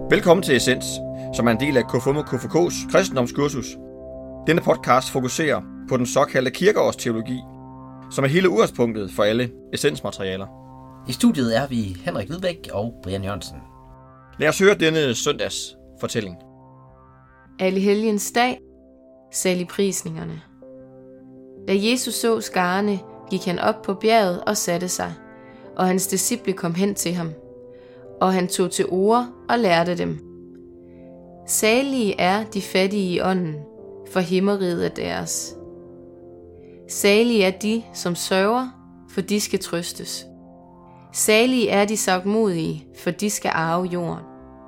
Velkommen til Essens, som er en del af KFUM og KFK's kristendomskursus. Denne podcast fokuserer på den såkaldte kirkeårsteologi, som er hele udgangspunktet for alle essensmaterialer. I studiet er vi Henrik Hvidbæk og Brian Jørgensen. Lad os høre denne søndags fortælling. Allehelgens dag, saligprisningerne. Da Jesus så skarne, gik han op på bjerget og satte sig, og hans disciple kom hen til ham. Og han tog til orde og lærte dem. Salige er de fattige i ånden, for himmeriget er deres. Salige er de, som sørger, for de skal trøstes. Salige er de sagtmodige, for de skal arve jorden.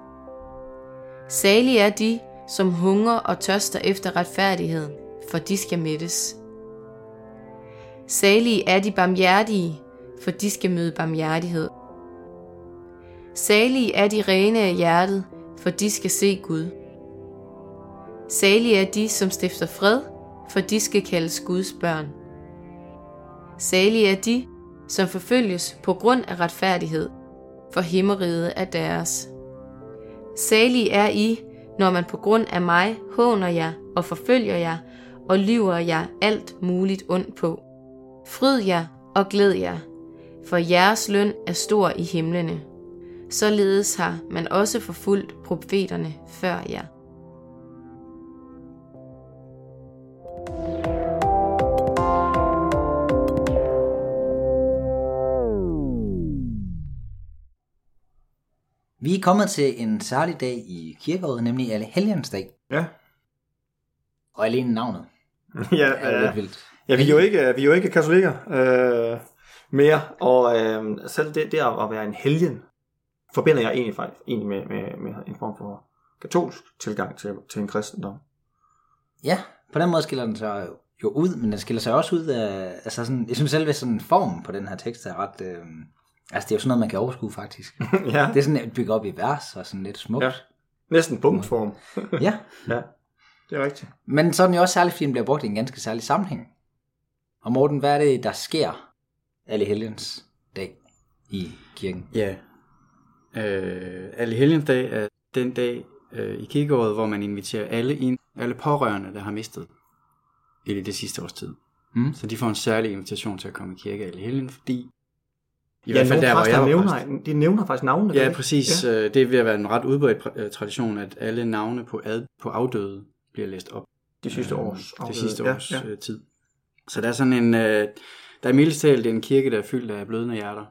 Salige er de, som hungrer og tørster efter retfærdigheden, for de skal mættes. Salige er de barmhjertige, for de skal møde barmhjertighed. Salige er de rene af hjertet, for de skal se Gud. Salige er de, som stifter fred, for de skal kaldes Guds børn. Salige er de, som forfølges på grund af retfærdighed, for himmeriget er deres. Salige er I, når man på grund af mig håner jer og forfølger jer og lyver jer alt muligt ondt på. Fryd jer og glæd jer, for jeres løn er stor i himlene. Således har man også forfulgt profeterne før jer. Vi er kommet til en særlig dag i kirkeåret, nemlig Allehelgens dag. Ja. Og alene navnet. Ja, er lidt vildt. Ja, vi er jo ikke katolikker mere, og selv det at være en helgen, forbinder jeg egentlig med en form for katolsk tilgang til en kristendom. Ja, på den måde skiller den sig jo ud, men den skiller sig også ud af, altså sådan, jeg synes selve sådan formen på den her tekst er ret, altså det er jo sådan noget, man kan overskue faktisk. Ja. Det er sådan bygget op i vers og sådan lidt smukt. Ja. Næsten punktform. Ja. Ja, det er rigtigt. Men så er den jo også særlig, fordi den bliver brugt i en ganske særlig sammenhæng. Og Morten, hvad er det, der sker Allehelgens dag i kirken? Ja, Allehelgens dag er den dag i kirkeåret, hvor man inviterer alle pårørende, der har mistet i det sidste års tid. Mm. Så de får en særlig invitation til at komme i kirke Allehelgen, fordi i hvert fald der, hvor jeg de nævner faktisk navnene. Ja, præcis. Ja. Det er ved at være en ret udbredt tradition, at alle navne på afdøde bliver læst op. Det sidste års tid. Så der er sådan en, der er mildest talt en kirke, der er fyldt af blødende hjerter.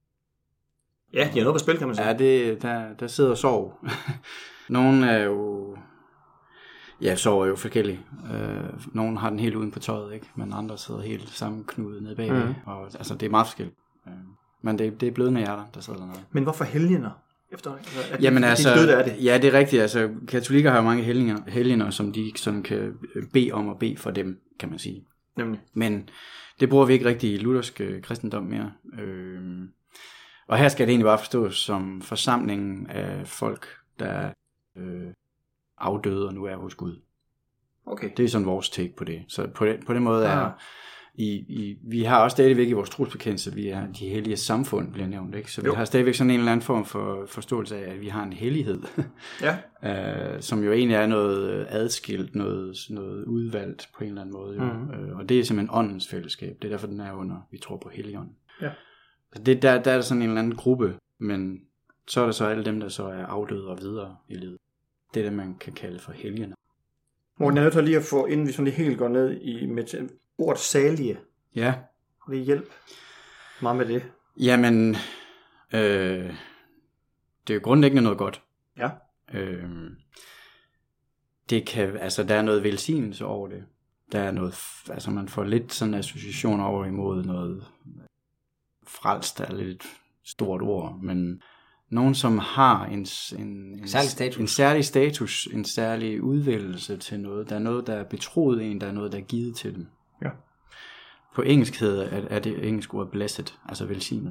Ja, de er noget på spil, kan man sige. Ja, der sidder sorg. Nogle er jo, sorg er jo forskellige. Nogle har den helt uden på tøjet, ikke? Men andre sidder helt sammenknudet nede bagved. Mm. Og, altså, det er meget forskelligt. Men det er blødende hjerter, der sidder dernede. Men hvorfor helgener? Jamen altså, ja, det er rigtigt. Altså, katolikker har jo mange helgener, som de sådan kan bede om at bede for dem, kan man sige. Nemlig. Men det bruger vi ikke rigtig i luthersk kristendom mere. Og her skal det egentlig bare forstås som forsamlingen af folk, der er afdøde og nu er hos Gud. Okay. Det er sådan vores take på det. Så på den måde er vi har også stadigvæk i vores trosbekendelse, vi er de hellige samfund, bliver nævnt, ikke? Så vi har stadigvæk sådan en eller anden form for forståelse af, at vi har en hellighed, som jo egentlig er noget adskilt, noget udvalgt på en eller anden måde. Jo. Mm-hmm. Og det er simpelthen åndens fællesskab. Det er derfor, den er under, vi tror på Helligånden. Ja. Så der er der sådan en eller anden gruppe, men så er der så alle dem, der så er afdøde og videre i livet. Det er det, man kan kalde for helgener. Morten, jeg er nødt til lige at få, inden vi sådan lige helt går ned i med ordet salige. Ja. Og det hjælp meget med det. Jamen, det er jo grundlæggende noget godt. Ja. Det kan, altså der er noget velsignelse over det. Der er noget, altså man får lidt sådan association over imod noget frelst, der er lidt stort ord, men nogen, som har en særlig status, en særlig udvælgelse til noget. Der er noget, der er betroet en, der er noget, der er givet til dem. Ja. På engelsk er det engelsk ord blessed, altså velsignet.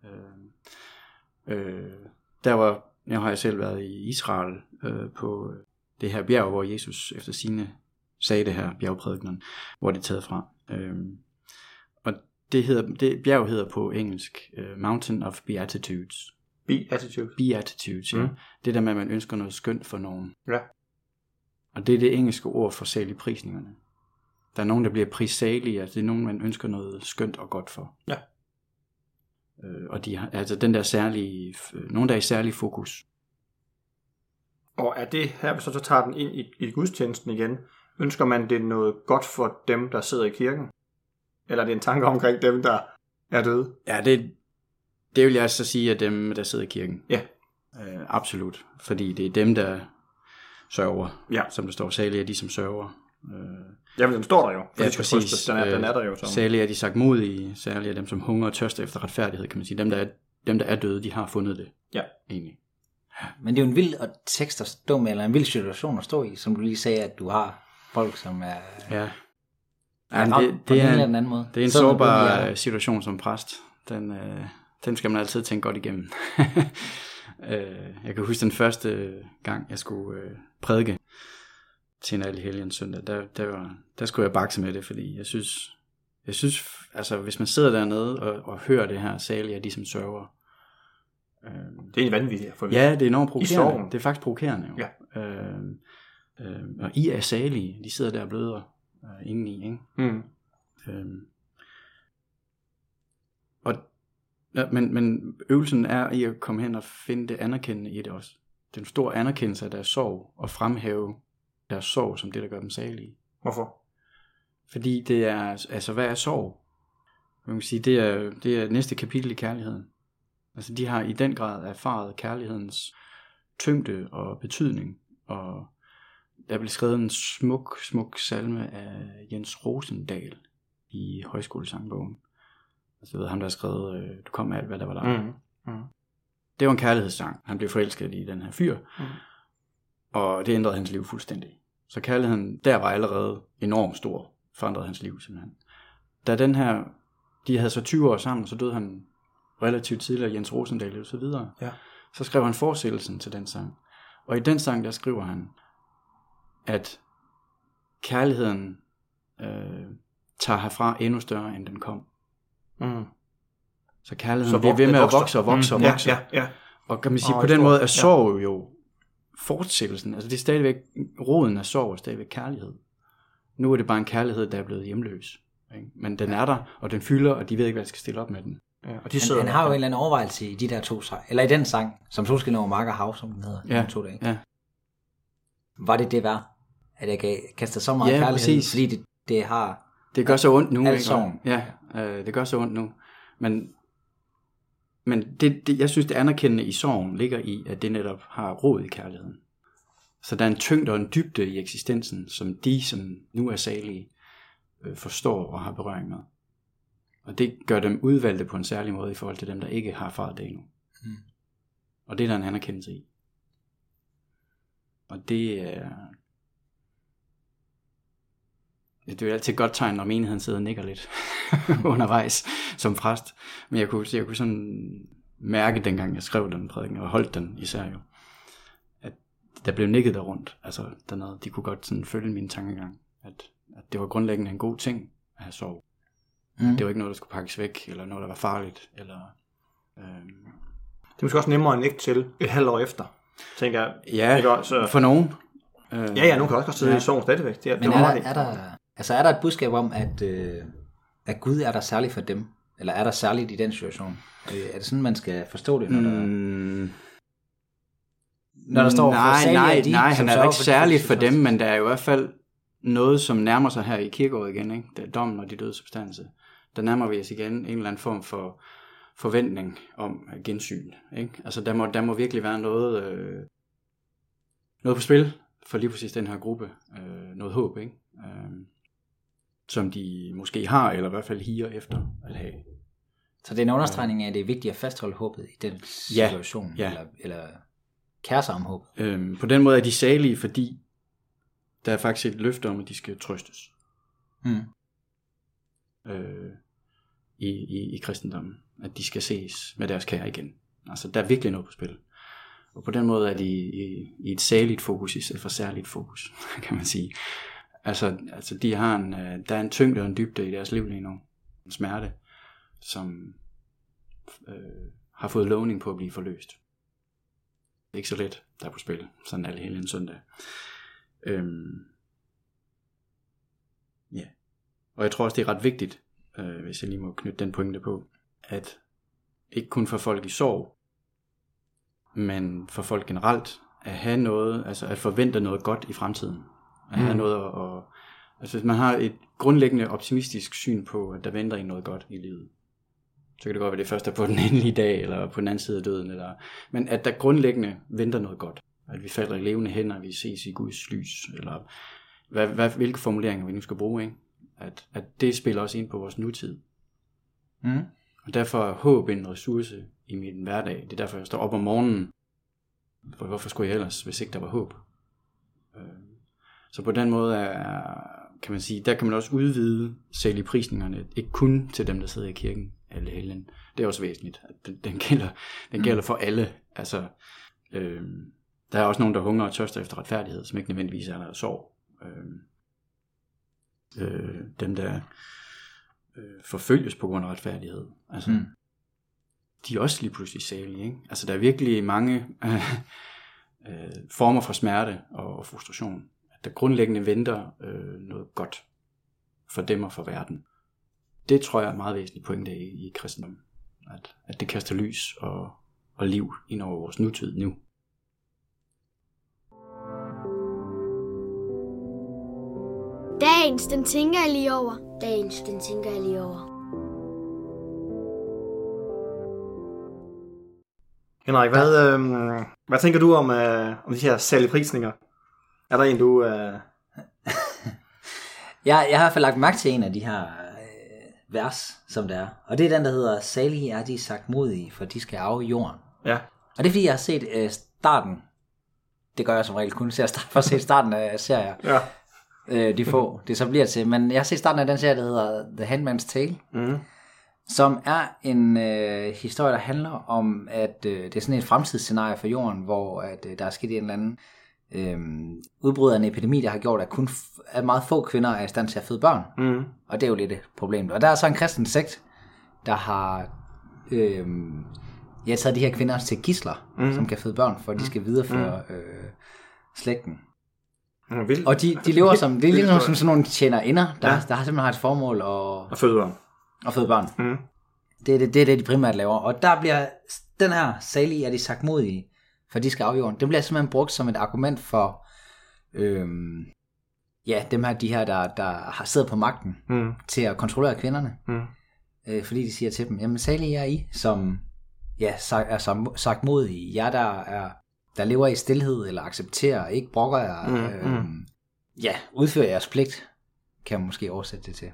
Jeg har selv været i Israel på det her bjerg, hvor Jesus efter sigende sagde det her, bjergprædikenen, hvor det er taget fra. Og det bjerg hedder på engelsk Mountain of Beatitudes. Beatitudes, ja. Det der med, at man ønsker noget skønt for nogen. Ja. Og det er det engelske ord for saligprisningerne. Der er nogen, der bliver prissalige, altså det er nogen, man ønsker noget skønt og godt for. Ja. Og de har, altså den der særlige, nogen der er i særlig fokus. Og er det her, hvis så tager den ind i gudstjenesten igen, ønsker man det noget godt for dem, der sidder i kirken? Eller er det en tanke omkring dem, der er døde? Ja, det vil jeg så sige, at dem, der sidder i kirken. Ja. Absolut. Fordi det er dem, der sørger. Ja. Som der står, salige er de, som sørger. Ja, men den står der jo. Ja, præcis. Den er der jo. Salige er de sagtmodige, særligt er dem, som hunger og tørster efter retfærdighed, kan man sige. Dem, der er døde, de har fundet det. Ja. Egentlig. Men det er jo en vild tekst at stå med, eller en vild situation at stå i, som du lige sagde, at du har folk, som er... Ja. Det er en eller anden måde. Det er en sårbar situation som præst. Den skal man altid tænke godt igennem. Jeg kan huske den første gang, jeg skulle prædike til en Allehelgens søndag. Der skulle jeg bakse med det, fordi jeg synes altså hvis man sidder dernede og hører det her, salige er de, som sørger. Det er en vanvittig. Ja, det er enormt provokerende. Det er faktisk provokerende. Jo. Ja. Og I er salige. De sidder der og bløder indeni, ikke? Mm. Men øvelsen er i at komme hen og finde det anerkendende i det også. Det er en stor anerkendelse af deres sorg, og fremhæve deres sorg som det, der gør dem salige. Hvorfor? Fordi det er, altså hvad er sorg? Man kan sige, det er næste kapitel i kærligheden. Altså de har i den grad erfaret kærlighedens tyngde og betydning, og der blev skrevet en smuk salme af Jens Rosendal i Højskolesangbogen. Altså ved ham, der har skrevet, du kom med alt, hvad der var der. Det var en kærlighedssang. Han blev forelsket i den her fyr, og det ændrede hans liv fuldstændig. Så kærligheden der var allerede enormt stor, forandrede hans liv simpelthen. Da den her, de havde så 20 år sammen, så døde han relativt tidligere, Jens Rosendal og så videre. Ja. Så skrev han fortsættelsen til den sang. Og i den sang, der skriver han, at kærligheden tager herfra endnu større, end den kom. Så kærligheden bliver ved med at vokse og vokse og vokse. Ja. Og kan man sige, på den måde er sorg jo fortsættelsen. Altså det er stadigvæk, roden af sorg er stadigvæk kærlighed. Nu er det bare en kærlighed, der er blevet hjemløs. Ikke? Men den er der, og den fylder, og de ved ikke, hvad de skal stille op med den. Ja, og han har jo en eller anden overvejelse i de der to sang, eller i den sang, som Solskin over Mark og Hav, som den hedder, ja, 2 dage. Ja. Var det værd, at jeg kaster så meget kærlighed, præcis. fordi det har... Det gør så ondt nu, ikke? Ja, det gør så ondt nu. Men det, jeg synes, det anerkendende i sorgen ligger i, at det netop har rod i kærligheden. Så der er en tyngde og en dybde i eksistensen, som de, som nu er salige, forstår og har berøring med. Og det gør dem udvalgte på en særlig måde i forhold til dem, der ikke har erfaret det endnu. Og det er der en anerkendelse i. Og det er jo altid et godt tegn, når menigheden sidder og nikker lidt undervejs som præst. Men jeg kunne sådan mærke, dengang jeg skrev den prædiken, og holdt den især jo, at der blev nikket der rundt. Altså dernede, de kunne godt sådan følge min tankegang, at det var grundlæggende en god ting at have sorg. Det var ikke noget, der skulle pakkes væk, eller noget, der var farligt. Eller, Det er måske også nemmere end ikke til et halvt år efter, tænker jeg. Ja, så for nogen. Ja, nogen kan også sidde i sorg stadigvæk. Men er der et budskab om, at Gud er der særligt for dem? Eller er der særligt i den situation? Er det sådan, man skal forstå det? Når der står nej, han er ikke særligt for dem, men der er jo i hvert fald noget, som nærmer sig her i kirkeåret igen, ikke? Det er dommen og de døde substanser. Der nærmer vi os igen en eller anden form for forventning om gensyn, ikke? Altså der må virkelig være noget på spil for lige præcis den her gruppe, noget håb, ikke? Som de måske har, eller i hvert fald higer efter at have. Så det er en understregning af, at det er vigtigt at fastholde håbet i den situation, eller kære sig om håb. På den måde er de salige, fordi der er faktisk et løfte om, at de skal trøstes. I kristendommen. At de skal ses med deres kære igen. Altså der er virkelig noget på spil. Og på den måde er de i et saligt fokus, i stedet for særligt fokus, kan man sige. Altså de har der er en tyngde og en dybde i deres liv lige nu. En smerte, som har fået lovning på at blive forløst. Det er ikke så let, der er på spil, sådan alle hele en søndag. Ja. Og jeg tror også, det er ret vigtigt, hvis jeg lige må knytte den pointe på, at ikke kun for folk i sorg, men for folk generelt, at have noget, altså at forvente noget godt i fremtiden. At have noget at, altså hvis man har et grundlæggende optimistisk syn på, at der venter en noget godt i livet, så kan det godt være, det først er på den endelige dag, eller på den anden side af døden, men at der grundlæggende venter noget godt. At vi falder i levende hænder, vi ses i Guds lys, eller hvilke formuleringer vi nu skal bruge, ikke? At det spiller også ind på vores nutid. Og derfor er håb en ressource i min hverdag. Det er derfor, jeg står op om morgenen. For hvorfor skulle jeg ellers, hvis ikke der var håb? Så på den måde kan man sige, der kan man også udvide saligprisningerne, ikke kun til dem, der sidder i kirken alle helgen. Det er også væsentligt, at den gælder for alle. Altså, der er også nogen, der hungrer og tørster efter retfærdighed, som ikke nødvendigvis er der sorg. Dem, der forfølges på grund af retfærdighed. Altså, de er også lige pludselig salige. Ikke? Altså, der er virkelig mange former for smerte og frustration. At der grundlæggende venter noget godt for dem og for verden. Det tror jeg er meget væsentligt pointe i kristendommen. At det kaster lys og liv ind over vores nutid nu. Dagens, den tænker jeg lige over. Dagens, den tænker jeg lige over. Henrik, hvad tænker du om de her saligprisninger? Er der en, du... Jeg har i hvert fald lagt mærke til en af de her vers, som det er. Og det er den, der hedder, salige er de sagtmodige, for de skal arve jorden. Ja. Og det er fordi, jeg har set starten. Det gør jeg som regel kun, for at se starten af serier. Ja. De få, det så bliver til. Men jeg har set starten af den serie, der hedder The Handmaid's Tale, som er en historie, der handler om, at det er sådan et fremtidsscenarie for jorden, hvor at, der er sket en eller anden udbrud af en epidemi, der har gjort, at meget få kvinder er i stand til at føde børn. Og det er jo lidt et problem. Og der er så en kristen sekt, der har taget de her kvinder til gidsler, som kan føde børn, for at de skal videreføre slægten. Og de lever som, det er ligesom som sådan nogle tjenerinder, der har simpelthen har et formål at føde børn. Det er det, de primært laver. Og der bliver den her salige er de sagtmodige, for de skal afjorden. Det bliver simpelthen brugt som et argument for de her, der har siddet på magten til at kontrollere kvinderne. Fordi de siger til dem, jamen salige er I, som er sagtmodige. Jer, der lever i stilhed, eller accepterer, ikke brokker jer, udfører jeres pligt, kan man måske oversætte det til.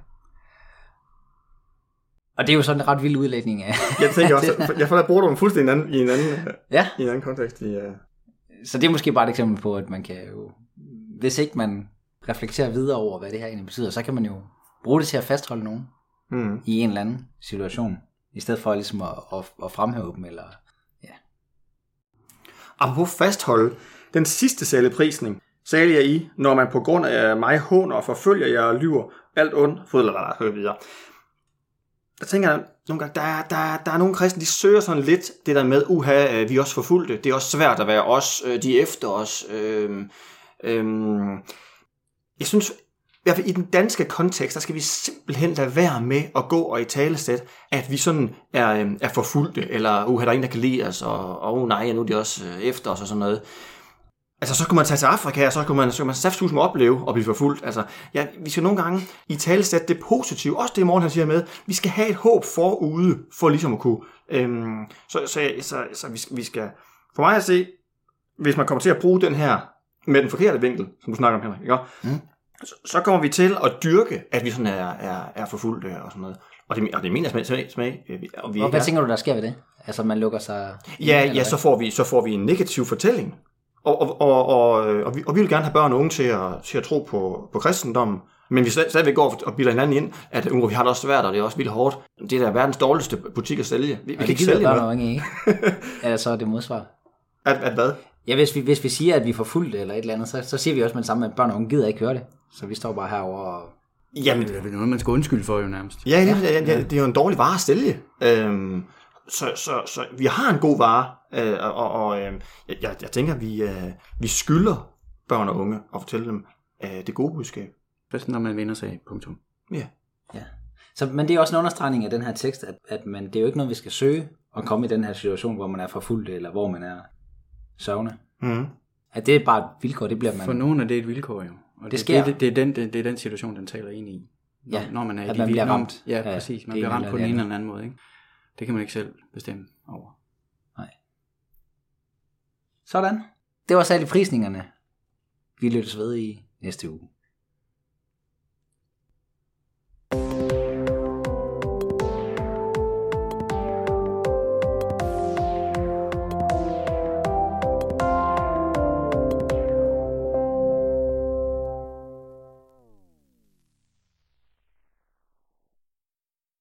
Og det er jo sådan en ret vild udlægning af... Jeg tænker også, jeg får bruger du dem fuldstændig i en anden kontekst. Så det er måske bare et eksempel på, at man kan jo... Hvis ikke man reflekterer videre over, hvad det her egentlig betyder, så kan man jo bruge det til at fastholde nogen i en eller anden situation, i stedet for ligesom at fremhæve dem, eller... Apropos fastholde, den sidste saligprisning, salig er I, når man på grund af mig håner og forfølger jer og lyver alt ondt, fodler videre. Der tænker jeg nogle gange, der er nogle kristne, de søger sådan lidt det der med, vi er også forfulgte, det er også svært at være os, de er efter os. Jeg synes, i hvert fald i den danske kontekst, der skal vi simpelthen lade være med at gå og i talesæt, at vi sådan er forfulgte, eller der er ingen, der kan lide os, og nej, nu er de også efter os og sådan noget. Altså, så skulle man tage til Afrika, og så skulle man saftsus med opleve og blive forfulgt. Altså, vi skal nogle gange i talesæt det positive, også det Morten han siger med, vi skal have et håb forude, for ligesom at kunne. Så vi skal, for mig at se, hvis man kommer til at bruge den her med den forkerte vinkel, som du snakker om, Henrik, ikke? Så kommer vi til at dyrke, at vi sådan er forfulgte og sådan noget. Og det mener smag. Og hvad tænker du, der sker ved det? Altså, man lukker sig... Ja, så får vi en negativ fortælling. Og vi vil gerne have børn og unge til at tro på kristendommen. Men vi stadigvæk går og bilder hinanden ind, at vi har det også svært, og det er også vildt hårdt. Det er da verdens dårligste butik at sælge. Vi kan ikke sælge børn og unge, ikke? Eller så er det modsvar. At hvad? Ja, hvis vi siger, at vi er forfulgt eller et eller andet, så siger vi også med det samme, at børn og unge gider ikke høre det. Så vi står bare herovre og... Jamen, det er noget, man skal undskylde for jo nærmest. Ja, det er jo en dårlig vare at sælge. Så vi har en god vare, jeg tænker, vi skylder børn og unge at fortælle dem det gode budskab. Først når man vinder sig, punktum. Ja. Men det er også en understregning af den her tekst, at det er jo ikke noget, vi skal søge at komme i den her situation, hvor man er forfulgt, eller hvor man er sørgende. Mm. At det er bare et vilkår, det bliver man... For nogen er det et vilkår jo. Og det sker. Det er den situation, den taler ind i. Når man er at man bliver ramt. Ja, præcis. Man bliver ramt på den ene eller anden måde. Ikke? Det kan man ikke selv bestemme over. Nej. Sådan. Det var særligt prisningerne. Vi lyttes ved i næste uge.